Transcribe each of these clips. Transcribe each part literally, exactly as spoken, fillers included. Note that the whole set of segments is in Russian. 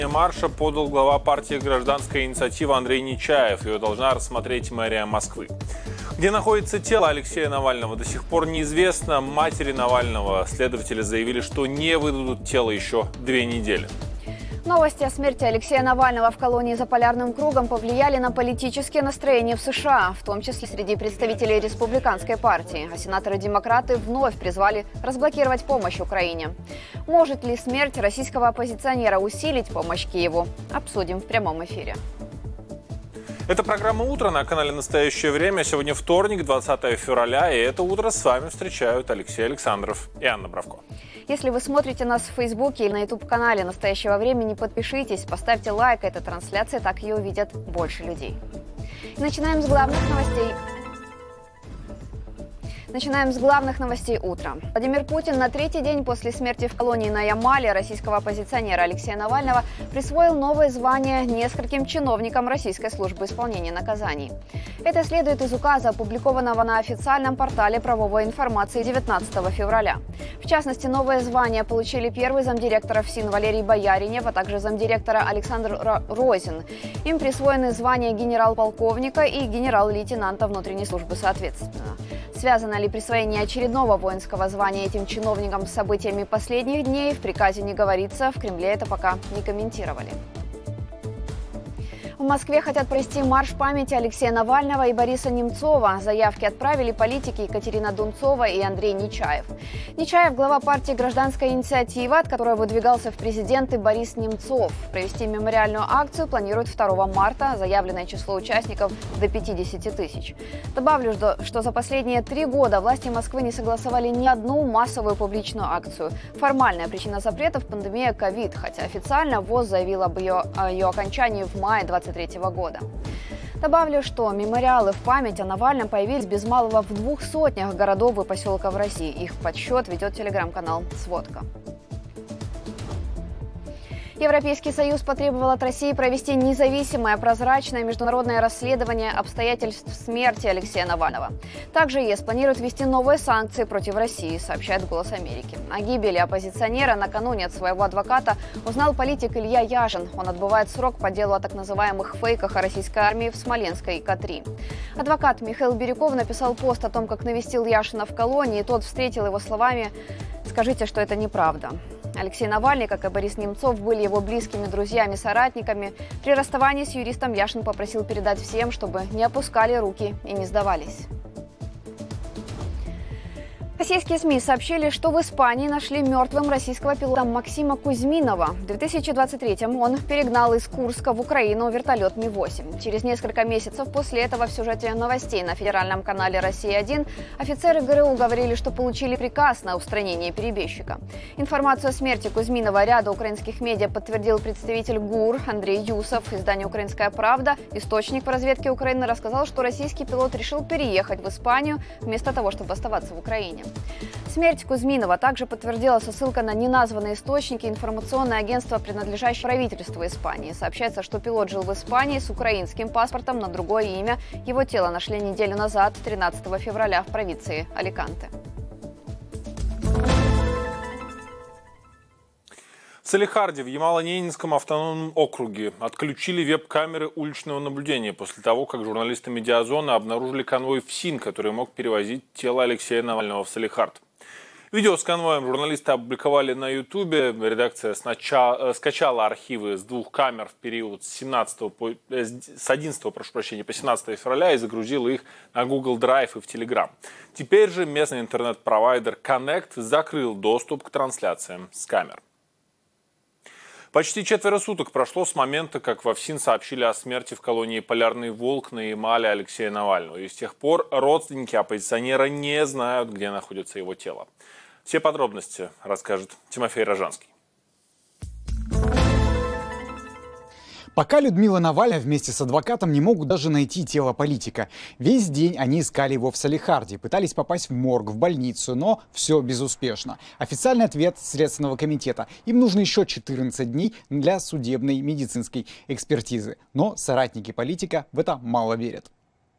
Марша подал глава партии «Гражданская инициатива» Андрей Нечаев. Ее должна рассмотреть мэрия Москвы. Где находится тело Алексея Навального, до сих пор неизвестно. Матери Навального следователи заявили, что не выдадут тело еще две недели. Новости о смерти Алексея Навального в колонии за полярным кругом повлияли на политические настроения в США, в том числе среди представителей республиканской партии. А сенаторы-демократы вновь призвали разблокировать помощь Украине. Может ли смерть российского оппозиционера усилить помощь Киеву? Обсудим в прямом эфире. Это программа «Утро» на канале «Настоящее время». Сегодня вторник, двадцатое февраля, и это утро с вами встречают Алексей Александров и Анна Бравко. Если вы смотрите нас в Фейсбуке или на ютуб-канале «Настоящего времени», подпишитесь, поставьте лайк этой трансляции, так ее увидят больше людей. И начинаем с главных новостей. Начинаем с главных новостей утра. Владимир Путин на третий день после смерти в колонии на Ямале российского оппозиционера Алексея Навального присвоил новое звание нескольким чиновникам Российской службы исполнения наказаний. Это следует из указа, опубликованного на официальном портале правовой информации девятнадцатого февраля. В частности, новое звание получили первый замдиректора ФСИН Валерий Бояринев, а также замдиректора Александр Розин. Им присвоены звания генерал-полковника и генерал-лейтенанта внутренней службы соответственно. Связано ли присвоение очередного воинского звания этим чиновникам с событиями последних дней, в приказе не говорится, в Кремле это пока не комментировали. В Москве хотят провести марш памяти Алексея Навального и Бориса Немцова. Заявки отправили политики Екатерина Дунцова и Андрей Нечаев. Нечаев – глава партии «Гражданская инициатива», от которой выдвигался в президенты Борис Немцов. Провести мемориальную акцию планируют второго марта. Заявленное число участников – до пятидесяти тысяч. Добавлю, что за последние три года власти Москвы не согласовали ни одну массовую публичную акцию. Формальная причина запретов – пандемия ковид, хотя официально ВОЗ заявил об ее, о ее окончании в мае двадцать третьего года. Добавлю, что мемориалы в память о Навальном появились без малого в двух сотнях городов и поселков России. Их подсчет ведет телеграм-канал «Сводка». Европейский Союз потребовал от России провести независимое, прозрачное международное расследование обстоятельств смерти Алексея Навального. Также ЕС планирует ввести новые санкции против России, сообщает «Голос Америки». О гибели оппозиционера накануне от своего адвоката узнал политик Илья Яшин. Он отбывает срок по делу о так называемых фейках о российской армии в Смоленской К три. Адвокат Михаил Бирюков написал пост о том, как навестил Яшина в колонии, и тот встретил его словами «Скажите, что это неправда». Алексей Навальный, как и Борис Немцов, были его близкими друзьями, соратниками. При расставании с юристом Яшин попросил передать всем, чтобы не опускали руки и не сдавались. Российские СМИ сообщили, что в Испании нашли мертвым российского пилота Максима Кузьминова. В две тысячи двадцать третьем он перегнал из Курска в Украину вертолет Ми восемь. Через несколько месяцев после этого в сюжете новостей на федеральном канале «Россия один» офицеры ГРУ говорили, что получили приказ на устранение перебежчика. Информацию о смерти Кузьминова ряда украинских медиа подтвердил представитель ГУР Андрей Юсов. Издание «Украинская правда». Источник в разведке Украины рассказал, что российский пилот решил переехать в Испанию вместо того, чтобы оставаться в Украине. Смерть Кузьминова также подтвердила со ссылкой на неназванные источники информационное агентство, принадлежащее правительству Испании. Сообщается, что пилот жил в Испании с украинским паспортом на другое имя. Его тело нашли неделю назад, тринадцатого февраля, в провинции Аликанте. В Салехарде в Ямало-Ненецком автономном округе отключили веб-камеры уличного наблюдения после того, как журналисты «Медиазона» обнаружили конвой ФСИН, который мог перевозить тело Алексея Навального в Салехард. Видео с конвоем журналисты опубликовали на Ютубе. Редакция сначала, скачала архивы с двух камер в период с, семнадцатого по, с одиннадцатого прошу прощения, по семнадцатое февраля и загрузила их на Google Drive и в Telegram. Теперь же местный интернет-провайдер Connect закрыл доступ к трансляциям с камер. Почти четверо суток прошло с момента, как во ФСИН сообщили о смерти в колонии «Полярный волк» на Ямале Алексея Навального. И с тех пор родственники оппозиционера не знают, где находится его тело. Все подробности расскажет Тимофей Рожанский. Пока Людмила Навальная вместе с адвокатом не могут даже найти тело политика. Весь день они искали его в Салехарде, пытались попасть в морг, в больницу, но все безуспешно. Официальный ответ Следственного комитета: им нужно еще четырнадцать дней для судебной медицинской экспертизы. Но соратники политика в это мало верят.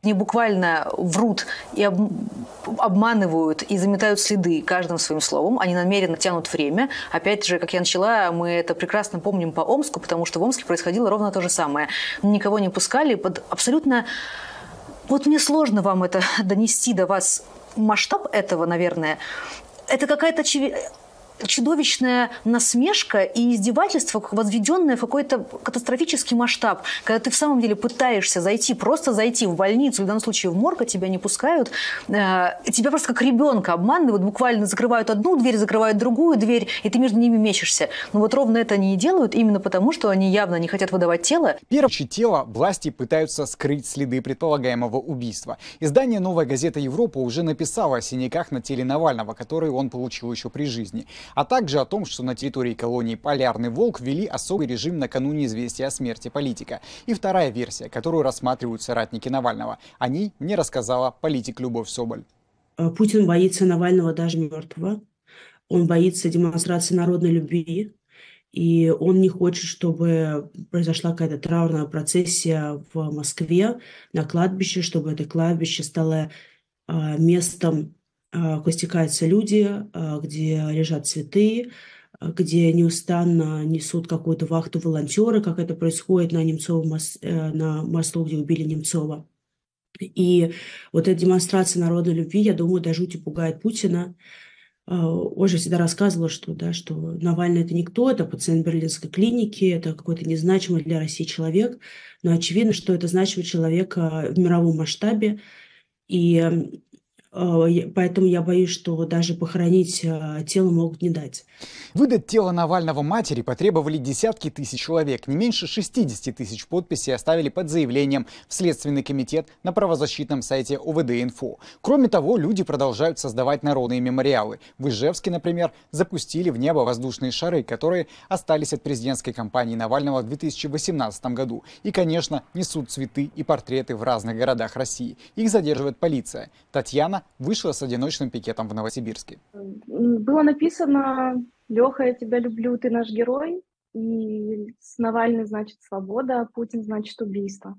Они буквально врут и об... обманывают и заметают следы каждым своим словом. Они намеренно тянут время. Опять же, как я начала, мы это прекрасно помним по Омску, потому что в Омске происходило ровно то же самое. Никого не пускали под абсолютно... Вот мне сложно вам это донести до вас. Масштаб этого, наверное, это какая-то чудовищная насмешка и издевательство, возведенное в какой-то катастрофический масштаб. Когда ты в самом деле пытаешься зайти, просто зайти в больницу, в данном случае в морг, а тебя не пускают, тебя просто как ребенка обманывают, буквально закрывают одну дверь, закрывают другую дверь, и ты между ними мечешься. Но вот ровно это они и делают, именно потому, что они явно не хотят выдавать тело. Первое тело власти пытаются скрыть следы предполагаемого убийства. Издание «Новая газета Европа» уже написало о синяках на теле Навального, которые он получил еще при жизни. А также о том, что на территории колонии «Полярный волк» ввели особый режим накануне известия о смерти политика. И вторая версия, которую рассматривают соратники Навального. О ней мне рассказала политик Любовь Соболь. Путин боится Навального даже мертвого. Он боится демонстрации народной любви. И он не хочет, чтобы произошла какая-то траурная процессия в Москве на кладбище, чтобы это кладбище стало местом, где стекаются люди, где лежат цветы, где неустанно несут какую-то вахту волонтеры, как это происходит на Немцовом мост, на мосту, где убили Немцова. И вот эта демонстрация народной любви, я думаю, до жути пугает Путина. Он же всегда рассказывала, что, да, что Навальный – это никто, это пациент берлинской клиники, это какой-то незначимый для России человек. Но очевидно, что это значимый человек в мировом масштабе. И поэтому я боюсь, что даже похоронить тело могут не дать. Выдать тело Навального матери потребовали десятки тысяч человек. Не меньше шестидесяти тысяч подписей оставили под заявлением в Следственный комитет на правозащитном сайте о вэ дэ-инфо. Кроме того, люди продолжают создавать народные мемориалы. В Ижевске, например, запустили в небо воздушные шары, которые остались от президентской кампании Навального в две тысячи восемнадцатом году. И, конечно, несут цветы и портреты в разных городах России. Их задерживает полиция. Татьяна вышла с одиночным пикетом в Новосибирске. Было написано: «Леха, я тебя люблю, ты наш герой». И с Навальный значит свобода, а Путин значит убийство.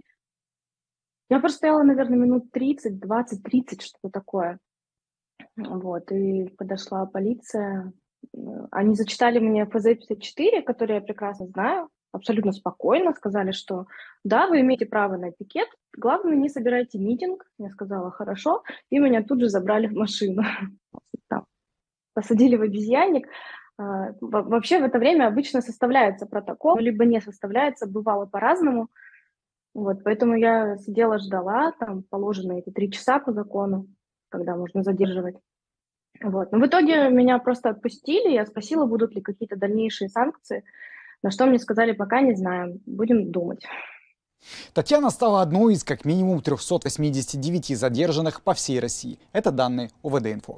Я простояла, наверное, минут тридцать, двадцать, тридцать, что-то такое. Вот, и подошла полиция. Они зачитали мне эф зэ пятьдесят четыре, который я прекрасно знаю, абсолютно спокойно. Сказали, что да, вы имеете право на пикет, главное, не собирайте митинг. Я сказала: хорошо, и меня тут же забрали в машину. Там посадили в обезьянник. Вообще в это время обычно составляется протокол, либо не составляется, бывало по-разному. Вот, поэтому я сидела, ждала, там положено эти три часа по закону, когда можно задерживать. Вот. Но в итоге меня просто отпустили, я спросила, будут ли какие-то дальнейшие санкции, на что мне сказали: пока не знаем, будем думать. Татьяна стала одной из как минимум трёхсот восьмидесяти девяти задержанных по всей России. Это данные о вэ дэ-инфо.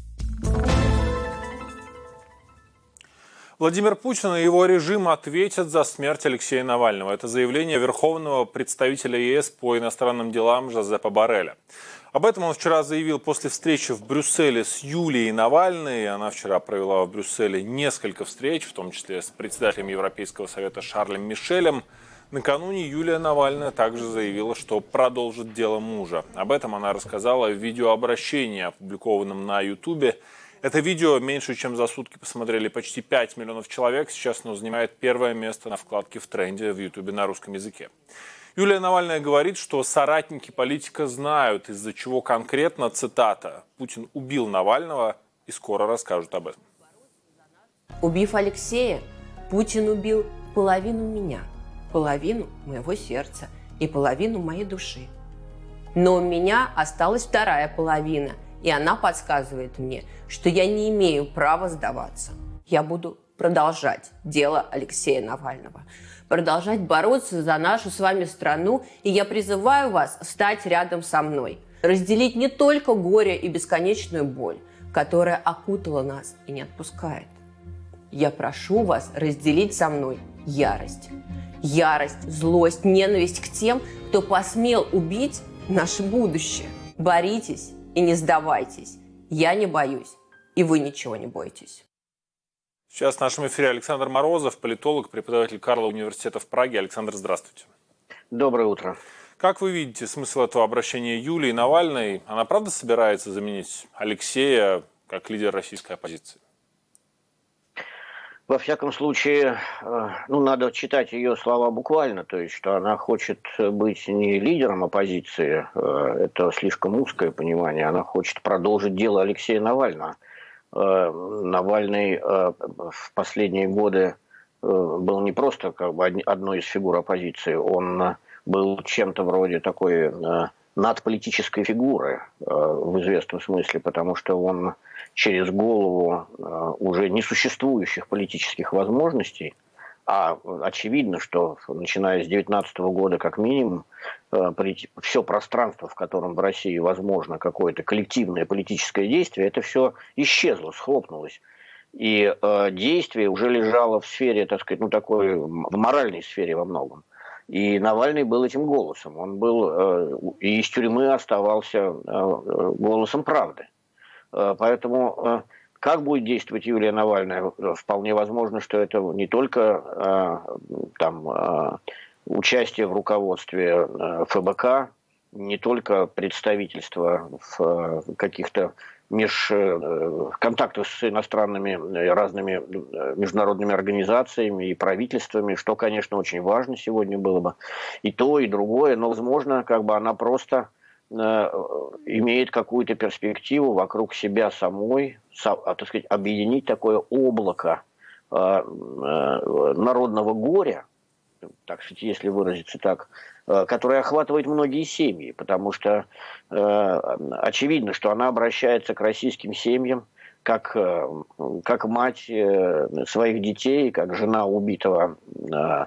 Владимир Путин и его режим ответят за смерть Алексея Навального. Это заявление верховного представителя е эс по иностранным делам Жозепа Борреля. Об этом он вчера заявил после встречи в Брюсселе с Юлией Навальной. Она вчера провела в Брюсселе несколько встреч, в том числе с председателем Европейского совета Шарлем Мишелем. Накануне Юлия Навальная также заявила, что продолжит дело мужа. Об этом она рассказала в видеообращении, опубликованном на Ютубе. Это видео меньше чем за сутки посмотрели почти пять миллионов человек. Сейчас оно занимает первое место на вкладке в тренде в Ютубе на русском языке. Юлия Навальная говорит, что соратники политика знают, из-за чего конкретно, цитата, «Путин убил Навального», и скоро расскажут об этом. Убив Алексея, Путин убил половину меня, половину моего сердца и половину моей души. Но у меня осталась вторая половина, и она подсказывает мне, что я не имею права сдаваться. Я буду продолжать дело Алексея Навального, продолжать бороться за нашу с вами страну, и я призываю вас встать рядом со мной, разделить не только горе и бесконечную боль, которая окутала нас и не отпускает. Я прошу вас разделить со мной ярость. Ярость, злость, ненависть к тем, кто посмел убить наше будущее. Боритесь и не сдавайтесь. Я не боюсь, и вы ничего не бойтесь. Сейчас в нашем эфире Александр Морозов, политолог, преподаватель Карлова университета в Праге. Александр, здравствуйте. Доброе утро. Как вы видите смысл этого обращения Юлии Навальной? Она правда собирается заменить Алексея как лидер российской оппозиции? Во всяком случае, ну, надо читать ее слова буквально, то есть, что она хочет быть не лидером оппозиции, это слишком узкое понимание, она хочет продолжить дело Алексея Навального. Навальный в последние годы был не просто как бы одной из фигур оппозиции, он был чем-то вроде такой надполитической фигуры в известном смысле, потому что он через голову уже несуществующих политических возможностей, а очевидно, что начиная с две тысячи девятнадцатого года как минимум все пространство, в котором в России возможно какое-то коллективное политическое действие, это все исчезло, схлопнулось. И действие уже лежало в сфере, так сказать, ну такой, в моральной сфере во многом. И Навальный был этим голосом. Он был и из тюрьмы оставался голосом правды. Поэтому как будет действовать Юлия Навальная? Вполне возможно, что это не только там, участие в руководстве эф бэ ка, не только представительство в каких-то меж контактах с иностранными разными международными организациями и правительствами, что, конечно, очень важно сегодня было бы. И то, и другое, но, возможно, как бы она просто э, имеет какую-то перспективу вокруг себя самой, со, так сказать, объединить такое облако э, э, народного горя, так сказать, если выразиться так, которая охватывает многие семьи, потому что э, очевидно, что она обращается к российским семьям как, э, как мать э, своих детей, как жена убитого, э,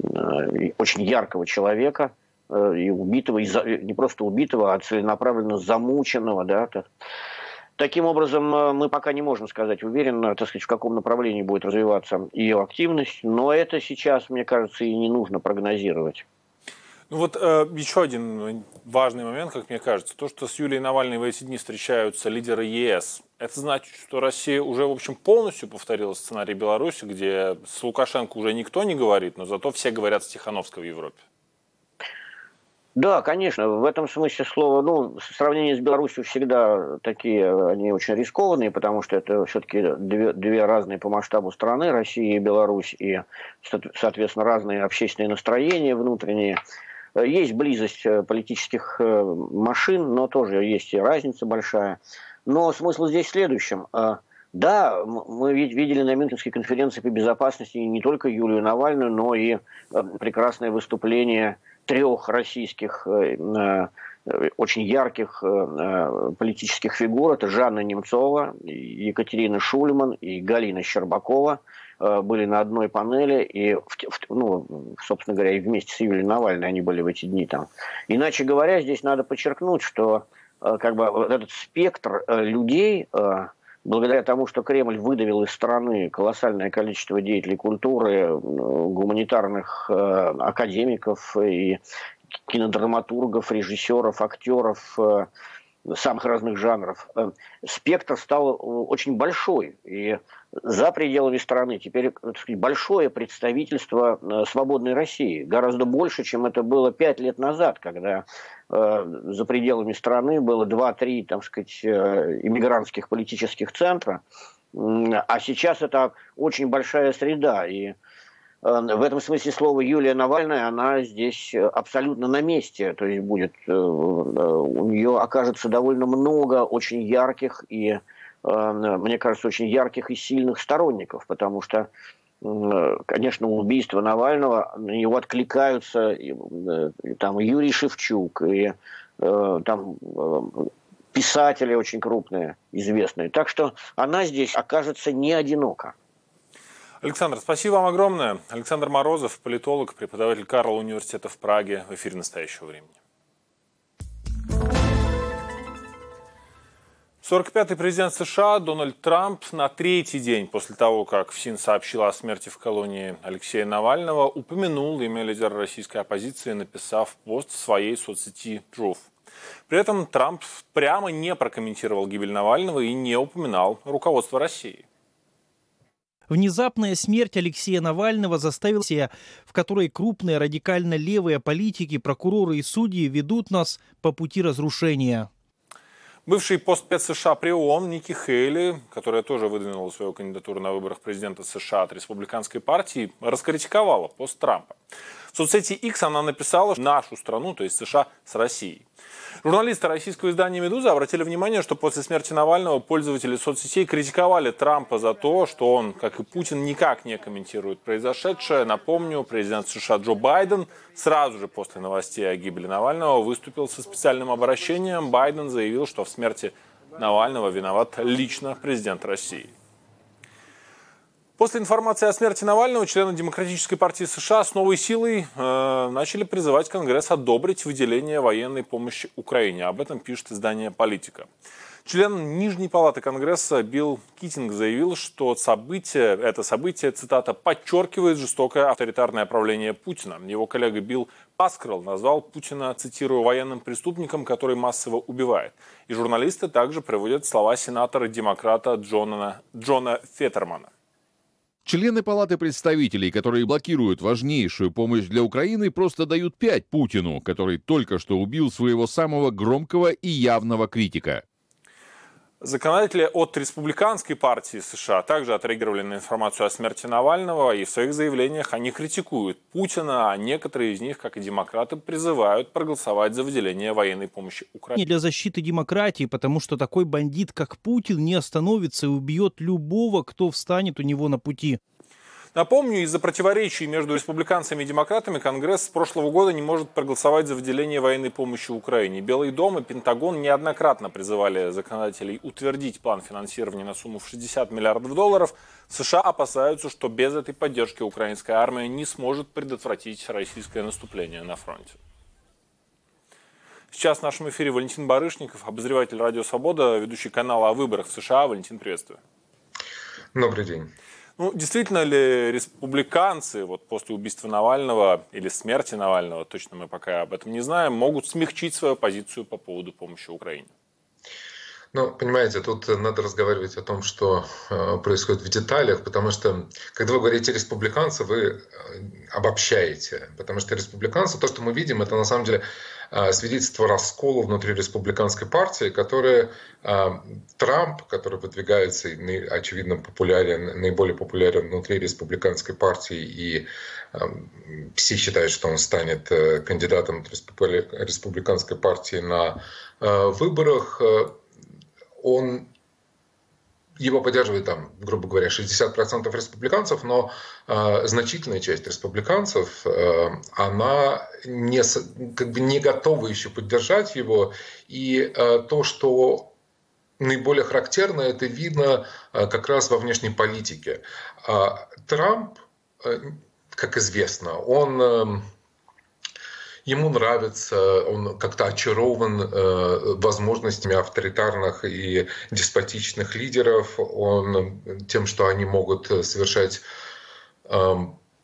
э, очень яркого человека, э, и убитого, и за, не просто убитого, а целенаправленно замученного, да, так. Таким образом, мы пока не можем сказать уверенно, так сказать, в каком направлении будет развиваться ее активность, но это сейчас, мне кажется, и не нужно прогнозировать. Ну вот э, еще один важный момент, как мне кажется, то, что с Юлией Навальной в эти дни встречаются лидеры е эс, это значит, что Россия уже, в общем, полностью повторила сценарий Беларуси, где с Лукашенко уже никто не говорит, но зато все говорят с Тихановской в Европе. Да, конечно, в этом смысле слова, ну, сравнение с Беларусью всегда такие, они очень рискованные, потому что это все-таки две, две разные по масштабу страны, Россия и Беларусь, и, соответственно, разные общественные настроения внутренние. Есть близость политических машин, но тоже есть и разница большая. Но смысл здесь в следующем. Да, мы видели на Мюнхенской конференции по безопасности не только Юлию Навальную, но и прекрасное выступление трех российских очень ярких политических фигур. Это Жанна Немцова, Екатерина Шульман и Галина Щербакова были на одной панели, и, ну, собственно говоря, и вместе с Юлией Навальной они были в эти дни там. Иначе говоря, здесь надо подчеркнуть, что как бы вот этот спектр людей, благодаря тому, что Кремль выдавил из страны колоссальное количество деятелей культуры, гуманитарных академиков и кинодраматургов, режиссеров, актеров самых разных жанров, спектр стал очень большой. И за пределами страны теперь, так сказать, большое представительство свободной России. Гораздо больше, чем это было пять лет назад, когда э, за пределами страны было два-три, так сказать, иммигрантских политических центра. А сейчас это очень большая среда. И в этом смысле слова Юлия Навальная, она здесь абсолютно на месте. То есть будет, у нее окажется довольно много очень ярких и, мне кажется, очень ярких и сильных сторонников, потому что, конечно, убийство Навального, на него откликаются там Юрий Шевчук, и там писатели очень крупные, известные. Так что она здесь окажется не одинока. Александр, спасибо вам огромное. Александр Морозов, политолог, преподаватель Карла университета в Праге, в эфире «Настоящего времени». сорок пятый президент США Дональд Трамп на третий день после того, как ФСИН сообщила о смерти в колонии Алексея Навального, упомянул имя лидера российской оппозиции, написав пост в своей соцсети Truth. При этом Трамп прямо не прокомментировал гибель Навального и не упоминал руководство России. Внезапная смерть Алексея Навального заставила, в которой крупные радикально-левые политики, прокуроры и судьи ведут нас по пути разрушения. Бывший постпред США при ООН Ники Хейли, которая тоже выдвинула свою кандидатуру на выборах президента США от республиканской партии, раскритиковала пост Трампа. В соцсети X она написала нашу страну, то есть США, с Россией. Журналисты российского издания «Медуза» обратили внимание, что после смерти Навального пользователи соцсетей критиковали Трампа за то, что он, как и Путин, никак не комментирует произошедшее. Напомню, президент США Джо Байден сразу же после новостей о гибели Навального выступил со специальным обращением. Байден заявил, что в смерти Навального виноват лично президент России. После информации о смерти Навального члены Демократической партии США с новой силой э, начали призывать Конгресс одобрить выделение военной помощи Украине. Об этом пишет издание «Политика». Член Нижней палаты Конгресса Билл Китинг заявил, что событие, это событие, цитата, «подчеркивает жестокое авторитарное правление Путина». Его коллега Билл Паскрелл назвал Путина, цитирую, «военным преступником, который массово убивает». И журналисты также приводят слова сенатора-демократа Джона, Джона Феттермана. Члены Палаты представителей, которые блокируют важнейшую помощь для Украины, просто дают пять Путину, который только что убил своего самого громкого и явного критика. Законодатели от республиканской партии США также отреагировали на информацию о смерти Навального, и в своих заявлениях они критикуют Путина, а некоторые из них, как и демократы, призывают проголосовать за выделение военной помощи Украине. Для защиты демократии, потому что такой бандит, как Путин, не остановится и убьет любого, кто встанет у него на пути. Напомню, из-за противоречий между республиканцами и демократами Конгресс с прошлого года не может проголосовать за выделение военной помощи Украине. Белый дом и Пентагон неоднократно призывали законодателей утвердить план финансирования на сумму в шестьдесят миллиардов долларов. США опасаются, что без этой поддержки украинская армия не сможет предотвратить российское наступление на фронте. Сейчас в нашем эфире Валентин Барышников, обозреватель «Радио Свобода», ведущий канала о выборах в США. Валентин, приветствую. Добрый день. Ну, действительно ли республиканцы вот после убийства Навального или смерти Навального, точно мы пока об этом не знаем, могут смягчить свою позицию по поводу помощи Украине? Ну, понимаете, тут надо разговаривать о том, что э, происходит в деталях, потому что, когда вы говорите республиканцы, вы обобщаете. Потому что республиканцы, то, что мы видим, это на самом деле э, свидетельство раскола внутри республиканской партии, которая э, Трамп, который выдвигается, очевидно, популярен, наиболее популярен внутри республиканской партии, и э, все считают, что он станет э, кандидатом от республиканской партии на э, выборах. Э, Он, его поддерживает, там, грубо говоря, шестьдесят процентов республиканцев, но э, значительная часть республиканцев, э, она не, как бы не готова еще поддержать его. И э, то, что наиболее характерно, это видно э, как раз во внешней политике. Э, Трамп, э, как известно, он... Э, Ему нравится, он как-то очарован э, возможностями авторитарных и деспотичных лидеров, он тем, что они могут совершать, э,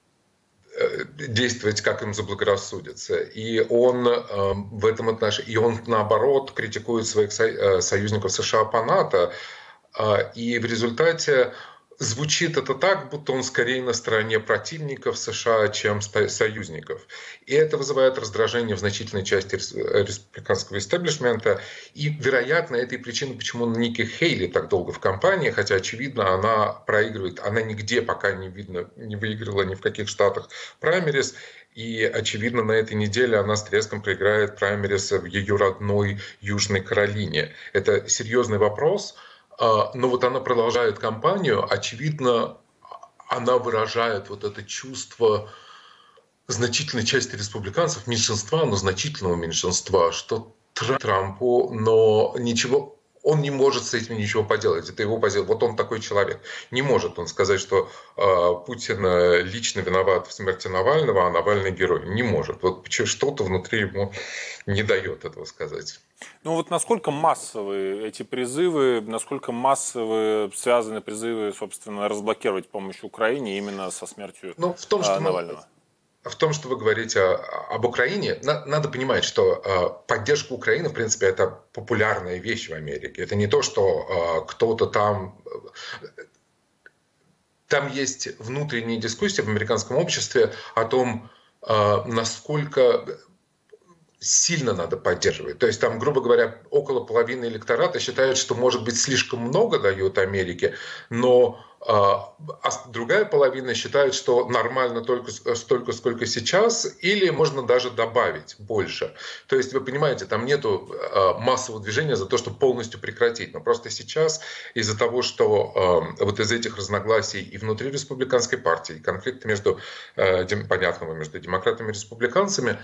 действовать, как им заблагорассудится. И он э, в этом отношении, и он наоборот критикует своих со, союзников США по НАТО, э, и в результате звучит это так, будто он скорее на стороне противников США, чем союзников. И это вызывает раздражение в значительной части республиканского истеблишмента. И, вероятно, это и причина, почему Ники Хейли так долго в кампании, хотя, очевидно, она проигрывает. Она нигде пока не видно, не выиграла ни в каких штатах праймерис. И, очевидно, на этой неделе она с треском проиграет праймерис в ее родной Южной Каролине. Это серьезный вопрос. Но вот она продолжает кампанию, очевидно, она выражает вот это чувство значительной части республиканцев, меньшинства, но значительного меньшинства, что Трампу, но ничего, он не может с этим ничего поделать. Это его позиция. Вот он такой человек. Не может он сказать, что э, Путин лично виноват в смерти Навального, а Навальный герой. Не может. Вот что-то внутри ему не дает этого сказать. Ну вот насколько массовые эти призывы, насколько массовые связаны призывы, собственно, разблокировать помощь Украине именно со смертью ну, в том, что Навального? Мы... В том, что вы говорите об Украине, надо понимать, что поддержка Украины, в принципе, это популярная вещь в Америке. Это не то, что кто-то там... там есть внутренние дискуссии в американском обществе о том, насколько сильно надо поддерживать. То есть там, грубо говоря, около половины электората считают, что, может быть, слишком много дает Америке, но а другая половина считает, что нормально только столько, сколько сейчас, или можно даже добавить больше. То есть, вы понимаете, там нету массового движения за то, чтобы полностью прекратить. Но просто сейчас из-за того, что вот из этих разногласий и внутри республиканской партии, и конфликта между, понятного, между демократами и республиканцами,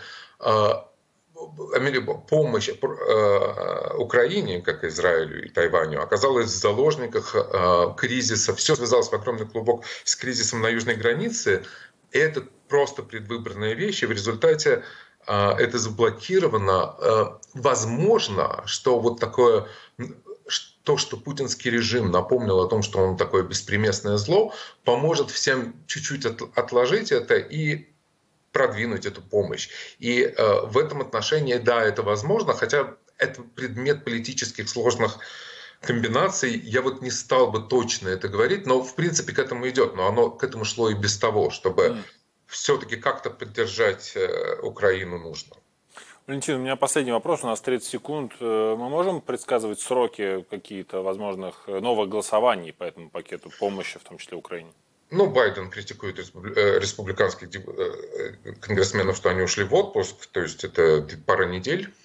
помощь Украине, как Израилю и Тайваню, оказалась в заложниках кризиса. Все связалось в огромный клубок с кризисом на южной границе. И это просто предвыборные вещи. В результате это заблокировано. Возможно, что вот такое... То, что путинский режим напомнил о том, что он такое беспримесное зло, поможет всем чуть-чуть отложить это и продвинуть эту помощь. И э, в этом отношении, да, это возможно, хотя это предмет политических сложных комбинаций. Я вот не стал бы точно это говорить, но в принципе к этому идет. Но оно к этому шло и без того, чтобы mm. все-таки как-то поддержать э, Украину нужно. Валентин, у меня последний вопрос, у нас тридцать секунд. Мы можем предсказывать сроки какие-то возможных новых голосований по этому пакету помощи, в том числе Украине? Ну, Байден критикует республиканских конгрессменов, что они ушли в отпуск, то есть это пара недель.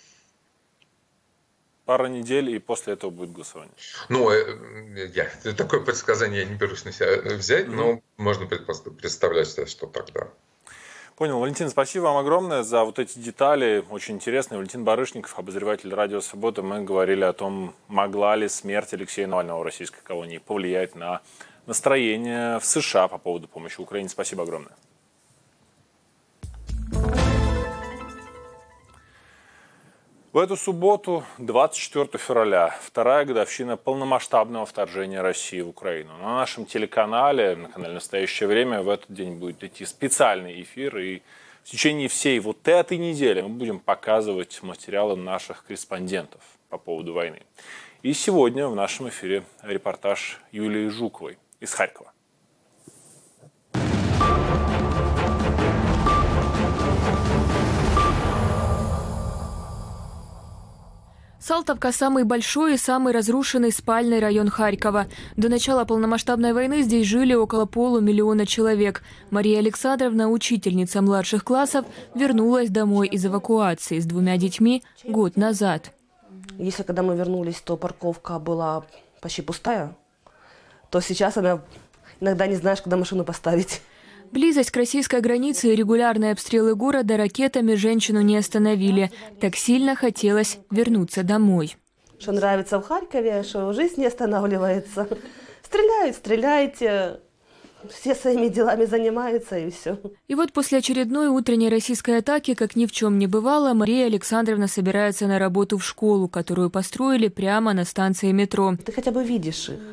Пара недель, и после этого будет голосование. Ну, я, такое предсказание я не берусь на себя взять, mm-hmm. но можно представлять, что так, да. Понял. Валентин, спасибо вам огромное за вот эти детали, очень интересные. Валентин Барышников, обозреватель «Радио Свобода». Мы говорили о том, могла ли смерть Алексея Навального в российской колонии повлиять на настроение в США по поводу помощи Украине. Спасибо огромное. В эту субботу, двадцать четвёртого февраля, вторая годовщина полномасштабного вторжения России в Украину. На нашем телеканале, на канале «Настоящее время», в этот день будет идти специальный эфир. И в течение всей вот этой недели мы будем показывать материалы наших корреспондентов по поводу войны. И сегодня в нашем эфире репортаж Юлии Жуковой из Харькова. Салтовка – самый большой и самый разрушенный спальный район Харькова. До начала полномасштабной войны здесь жили около полумиллиона человек. Мария Александровна, учительница младших классов, вернулась домой из эвакуации с двумя детьми год назад. Если когда мы вернулись, то парковка была почти пустая, то сейчас она иногда не знаешь, куда машину поставить. Близость к российской границе и регулярные обстрелы города ракетами женщину не остановили. Так сильно хотелось вернуться домой. Что нравится в Харькове, что жизнь не останавливается. Стреляют, стреляйте. Все своими делами занимаются и все. И вот после очередной утренней российской атаки, как ни в чем не бывало, Мария Александровна собирается на работу в школу, которую построили прямо на станции метро. Ты хотя бы видишь их.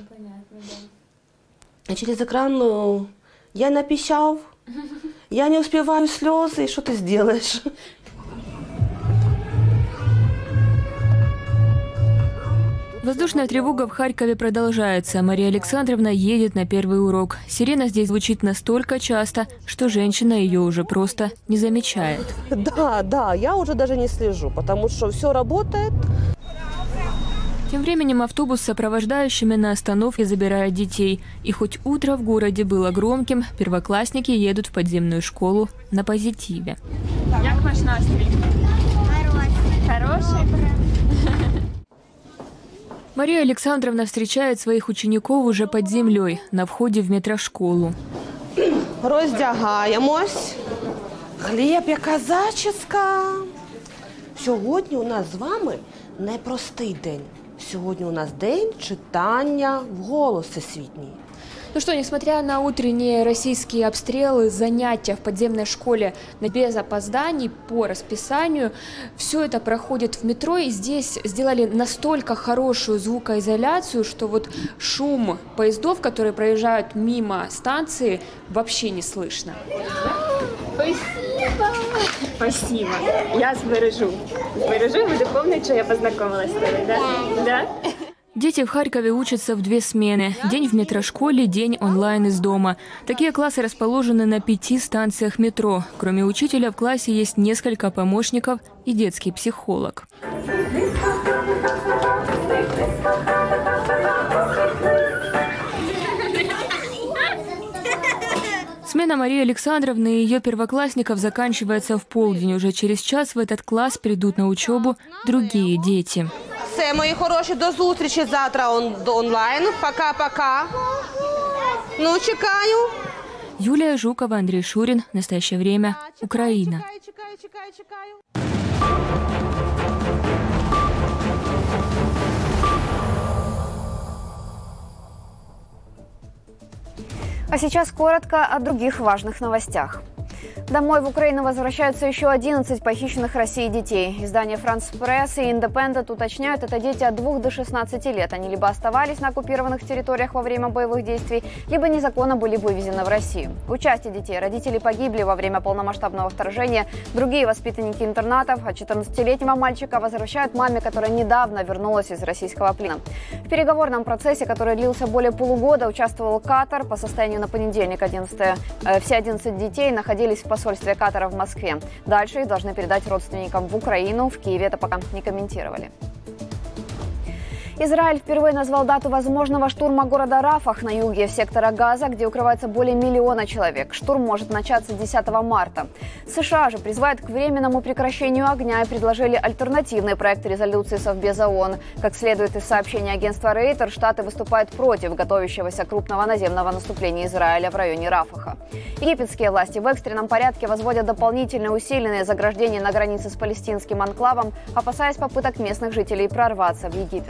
А через экран, ну, я напищал, я не успеваю слезы, и что ты сделаешь? Воздушная тревога в Харькове продолжается. Мария Александровна едет на первый урок. Сирена здесь звучит настолько часто, что женщина ее уже просто не замечает. Да, да, я уже даже не слежу, потому что все работает. Тем временем автобус с сопровождающими на остановке забирает детей. И хоть утро в городе было громким, первоклассники едут в подземную школу на позитиве. Как ваш настрой? Хороший. Мария Александровна встречает своих учеников уже под землей, на входе в метрошколу. Роздягаємось. Хліб, яка зачіска. Сьогодні у нас з вами непростий день. Сегодня у нас день читания вголос всесвітній. Ну что, несмотря на утренние российские обстрелы, занятия в подземной школе без опозданий по расписанию, все это проходит в метро, и здесь сделали настолько хорошую звукоизоляцию, что вот шум поездов, которые проезжают мимо станции, вообще не слышно. Спасибо! Спасибо. Я збережу. Збережу и буду помнить, что я познакомилась с тобой, да? Да? Дети в Харькове учатся в две смены. День в метрошколе, день онлайн из дома. Такие классы расположены на пяти станциях метро. Кроме учителя в классе есть несколько помощников и детский психолог. Смена Марии Александровны и ее первоклассников заканчивается в полдень. Уже через час в этот класс придут на учебу другие дети. Все, мої хороші, до зустрічі завтра он, онлайн. Пока-пока. Ну, чекаю. Юлия Жукова, Андрей Шурин. Настоящее время. Украина. Чекаю, чекаю, чекаю. А сейчас коротко о других важных новостях. Домой в Украину возвращаются еще одиннадцать похищенных Россией детей. Издания «Франс Пресс» и «Индепендент» уточняют, это дети от двух до шестнадцати лет. Они либо оставались на оккупированных территориях во время боевых действий, либо незаконно были вывезены в Россию. У части детей родители погибли во время полномасштабного вторжения. Другие воспитанники интернатов, а четырнадцатилетнего мальчика возвращают маме, которая недавно вернулась из российского плена. В переговорном процессе, который длился более полугода, участвовал Катар. По состоянию на понедельник одиннадцатое, э, все одиннадцать детей находились в посольстве Катара в Москве. Дальше их должны передать родственникам в Украину. В Киеве это пока не комментировали. Израиль впервые назвал дату возможного штурма города Рафах на юге сектора Газа, где укрывается более миллиона человек. Штурм может начаться десятого марта. США же призывают к временному прекращению огня и предложили альтернативный проект резолюции Совбеза ООН. Как следует из сообщения агентства Рейтер, Штаты выступают против готовящегося крупного наземного наступления Израиля в районе Рафаха. Египетские власти в экстренном порядке возводят дополнительные усиленные заграждения на границе с палестинским анклавом, опасаясь попыток местных жителей прорваться в Египет.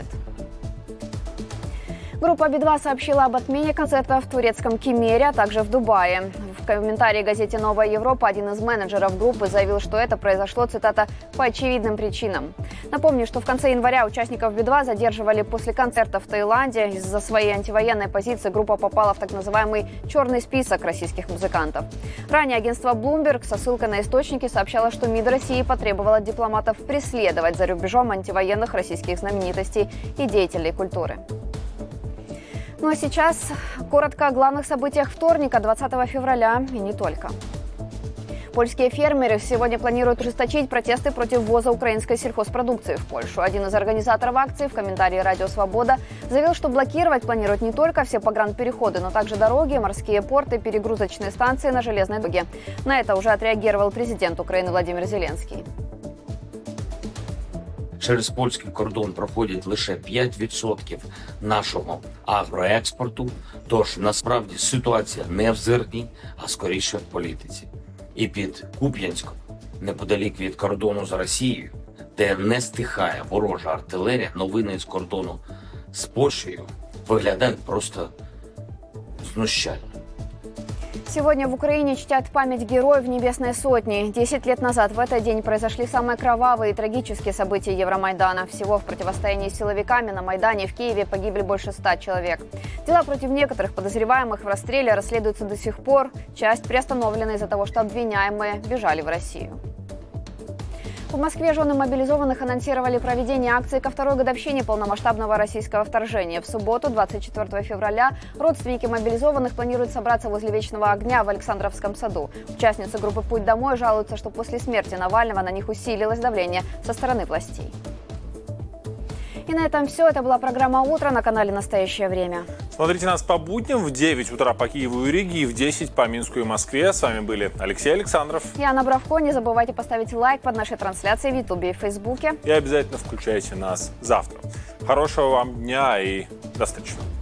Группа Би два сообщила об отмене концерта в турецком Кемере, а также в Дубае. В комментарии газете «Новая Европа» один из менеджеров группы заявил, что это произошло, цитата, «по очевидным причинам». Напомню, что в конце января участников Би два задерживали после концерта в Таиланде. Из-за своей антивоенной позиции группа попала в так называемый «черный список» российских музыкантов. Ранее агентство Bloomberg со ссылкой на источники сообщало, что МИД России потребовало от дипломатов преследовать за рубежом антивоенных российских знаменитостей и деятелей культуры. Ну а сейчас коротко о главных событиях вторника, двадцатого февраля, и не только. Польские фермеры сегодня планируют ужесточить протесты против ввоза украинской сельхозпродукции в Польшу. Один из организаторов акции в комментарии «Радио Свобода» заявил, что блокировать планируют не только все погранпереходы, но также дороги, морские порты, перегрузочные станции на железной дороге. На это уже отреагировал президент Украины Владимир Зеленский. Через польський кордон проходять лише п'ять відсотків нашого агроекспорту, тож насправді ситуація не в зерні, а скоріше в політиці. І під Куп'янськом, неподалік від кордону з Росією, де не стихає ворожа артилерія, новини з кордону з Польщею виглядають просто знущально. Сегодня в Украине чтят память героев Небесной Сотни. Десять лет назад в этот день произошли самые кровавые и трагические события Евромайдана. Всего в противостоянии с силовиками на Майдане в Киеве погибли больше ста человек. Дела против некоторых подозреваемых в расстреле расследуются до сих пор. Часть приостановлена из-за того, что обвиняемые бежали в Россию. В Москве жены мобилизованных анонсировали проведение акции ко второй годовщине полномасштабного российского вторжения. В субботу, двадцать четвёртого февраля, родственники мобилизованных планируют собраться возле Вечного огня в Александровском саду. Участницы группы «Путь домой» жалуются, что после смерти Навального на них усилилось давление со стороны властей. И на этом все. Это была программа «Утро» на канале «Настоящее время». Смотрите нас по будням в девять утра по Киеву и Риге и в десять по Минску и Москве. С вами были Алексей Александров. Я Анна Бравко. Не забывайте поставить лайк под нашей трансляцией в Ютубе и Фейсбуке. И обязательно включайте нас завтра. Хорошего вам дня и до встречи.